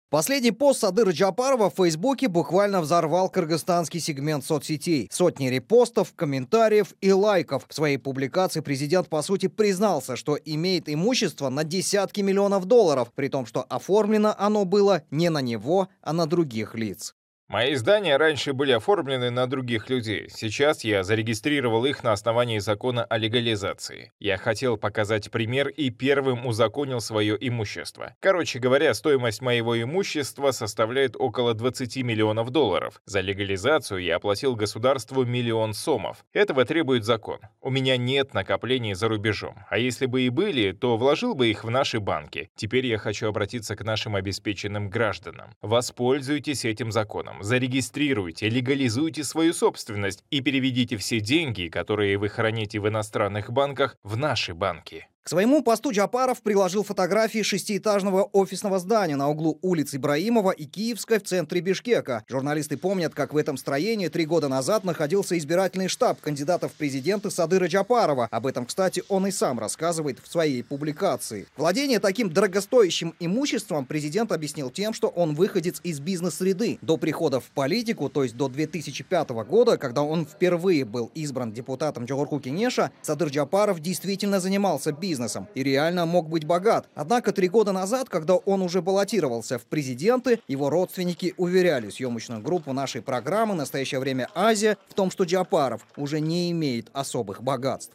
Последний пост Садыра Джапарова в Фейсбуке буквально взорвал кыргызстанский сегмент соцсетей. Сотни репостов, комментариев и лайков. В своей публикации президент, по сути, признался, что имеет имущество на десятки миллионов долларов, при том, что оформлено оно было не на него, а на других лиц. Мои здания раньше были оформлены на других людей. Сейчас я зарегистрировал их на основании закона о легализации. Я хотел показать пример и первым узаконил свое имущество. Короче говоря, стоимость моего имущества составляет около 20 миллионов долларов. За легализацию я оплатил государству 1 миллион сомов. Этого требует закон. У меня нет накоплений за рубежом. А если бы и были, то вложил бы их в наши банки. Теперь я хочу обратиться к нашим обеспеченным гражданам. Воспользуйтесь этим законом. Зарегистрируйте, легализуйте свою собственность и переведите все деньги, которые вы храните в иностранных банках, в наши банки. К своему посту Джапаров приложил фотографии шестиэтажного офисного здания на углу улиц Ибраимова и Киевской в центре Бишкека. Журналисты помнят, как в этом строении 3 года назад находился избирательный штаб кандидата в президенты Садыра Джапарова. Об этом, кстати, он и сам рассказывает в своей публикации. Владение таким дорогостоящим имуществом президент объяснил тем, что он выходец из бизнес-среды. До прихода в политику, то есть до 2005 года, когда он впервые был избран депутатом Жогорку Кенеша, Садыр Джапаров действительно занимался бизнесом и реально мог быть богат. Однако 3 года назад, когда он уже баллотировался в президенты, его родственники уверяли съемочную группу нашей программы «Настоящее время Азия» в том, что Джапаров уже не имеет особых богатств.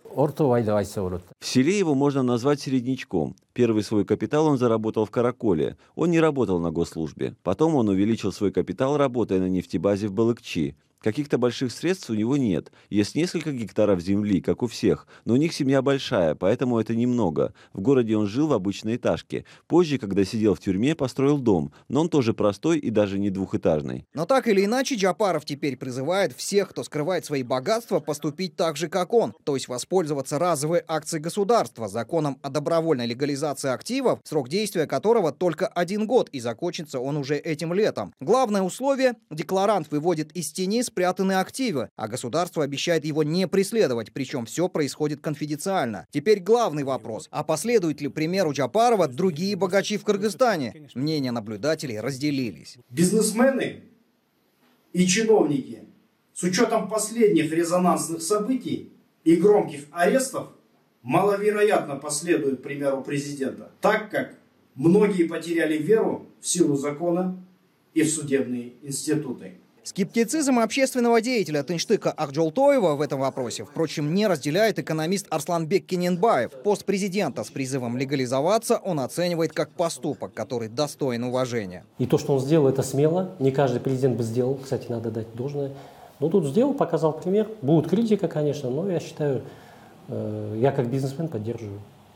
В селе его можно назвать середнячком. Первый свой капитал он заработал в Караколе. Он не работал на госслужбе. Потом он увеличил свой капитал, работая на нефтебазе в Балыкчи. Каких-то больших средств у него нет. Есть несколько гектаров земли, как у всех, но у них семья большая, поэтому это немного. В городе он жил в обычной этажке. Позже, когда сидел в тюрьме, построил дом, но он тоже простой и даже не двухэтажный. Но так или иначе, Джапаров теперь призывает всех, кто скрывает свои богатства, поступить так же, как он, то есть воспользоваться разовой акцией государства, законом о добровольной легализации активов, срок действия которого только 1 год, и закончится он уже этим летом. Главное условие – декларант выводит из тени спрятанные активы, а государство обещает его не преследовать, причем все происходит конфиденциально. Теперь главный вопрос: а последует ли примеру Джапарова другие богачи в Кыргызстане? Мнения наблюдателей разделились. Бизнесмены и чиновники, с учетом последних резонансных событий и громких арестов, маловероятно последуют примеру президента, так как многие потеряли веру в силу закона и в судебные институты. Скептицизм общественного деятеля Тынштыка Акжолтоева в этом вопросе, впрочем, не разделяет экономист Арсланбек Кененбаев. Пост президента с призывом легализоваться он оценивает как поступок, который достоин уважения. И то, что он сделал, это смело. Не каждый президент бы сделал, кстати, надо дать должное. Но тут сделал, показал пример. Будет критика, конечно, но я считаю, я как бизнесмен поддерживаю.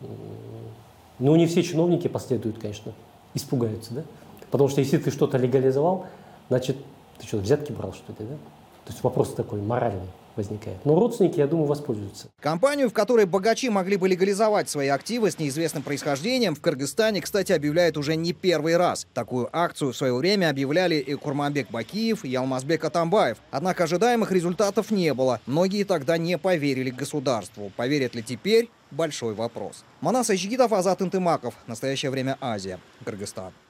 Но не все чиновники последуют, конечно, испугаются, да? Потому что если ты что-то легализовал, значит, ты что, взятки брал, что ли, да? То есть вопрос такой моральный возникает. Но родственники, я думаю, воспользуются. Компанию, в которой богачи могли бы легализовать свои активы с неизвестным происхождением, в Кыргызстане, кстати, объявляют уже не первый раз. Такую акцию в свое время объявляли и Курманбек Бакиев, и Алмазбек Атамбаев. Однако ожидаемых результатов не было. Многие тогда не поверили государству. Поверят ли теперь? Большой вопрос. Манас Айчигитов, Азат Интымаков. Настоящее время Азия. Кыргызстан.